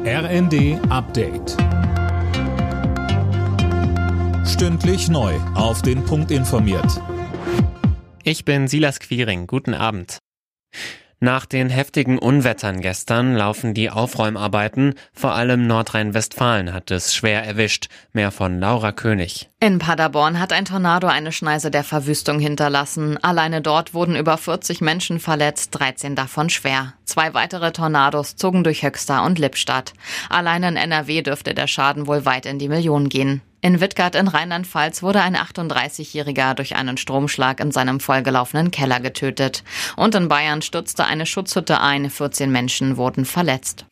RND Update. Stündlich neu auf den Punkt informiert. Ich bin Silas Quiring. Guten Abend. Nach den heftigen Unwettern gestern laufen die Aufräumarbeiten. Vor allem Nordrhein-Westfalen hat es schwer erwischt. Mehr von Laura König. In Paderborn hat ein Tornado eine Schneise der Verwüstung hinterlassen. Alleine dort wurden über 40 Menschen verletzt, 13 davon schwer. 2 weitere Tornados zogen durch Höxter und Lippstadt. Allein in NRW dürfte der Schaden wohl weit in die Millionen gehen. In Wittgart in Rheinland-Pfalz wurde ein 38-Jähriger durch einen Stromschlag in seinem vollgelaufenen Keller getötet. Und in Bayern stürzte eine Schutzhütte ein, 14 Menschen wurden verletzt.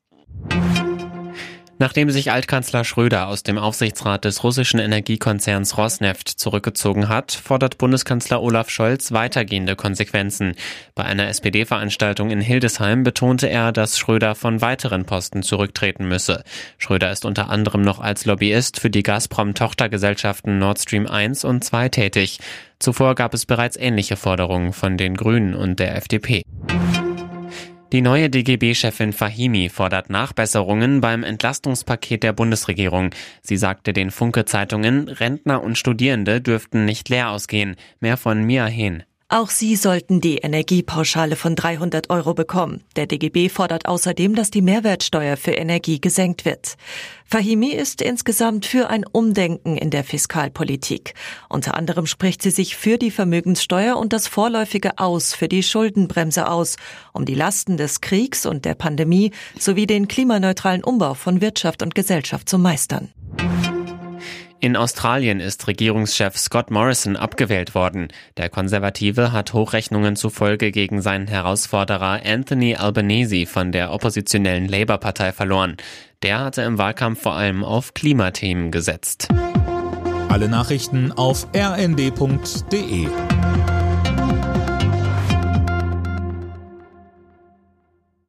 Nachdem sich Altkanzler Schröder aus dem Aufsichtsrat des russischen Energiekonzerns Rosneft zurückgezogen hat, fordert Bundeskanzler Olaf Scholz weitergehende Konsequenzen. Bei einer SPD-Veranstaltung in Hildesheim betonte er, dass Schröder von weiteren Posten zurücktreten müsse. Schröder ist unter anderem noch als Lobbyist für die Gazprom-Tochtergesellschaften Nord Stream 1 und 2 tätig. Zuvor gab es bereits ähnliche Forderungen von den Grünen und der FDP. Die neue DGB-Chefin Fahimi fordert Nachbesserungen beim Entlastungspaket der Bundesregierung. Sie sagte den Funke-Zeitungen, Rentner und Studierende dürften nicht leer ausgehen. Mehr von Mia Hehn. Auch sie sollten die Energiepauschale von 300 € bekommen. Der DGB fordert außerdem, dass die Mehrwertsteuer für Energie gesenkt wird. Fahimi ist insgesamt für ein Umdenken in der Fiskalpolitik. Unter anderem spricht sie sich für die Vermögenssteuer und das vorläufige Aus für die Schuldenbremse aus, um die Lasten des Kriegs und der Pandemie sowie den klimaneutralen Umbau von Wirtschaft und Gesellschaft zu meistern. In Australien ist Regierungschef Scott Morrison abgewählt worden. Der Konservative hat Hochrechnungen zufolge gegen seinen Herausforderer Anthony Albanese von der oppositionellen Labour-Partei verloren. Der hatte im Wahlkampf vor allem auf Klimathemen gesetzt. Alle Nachrichten auf rnd.de.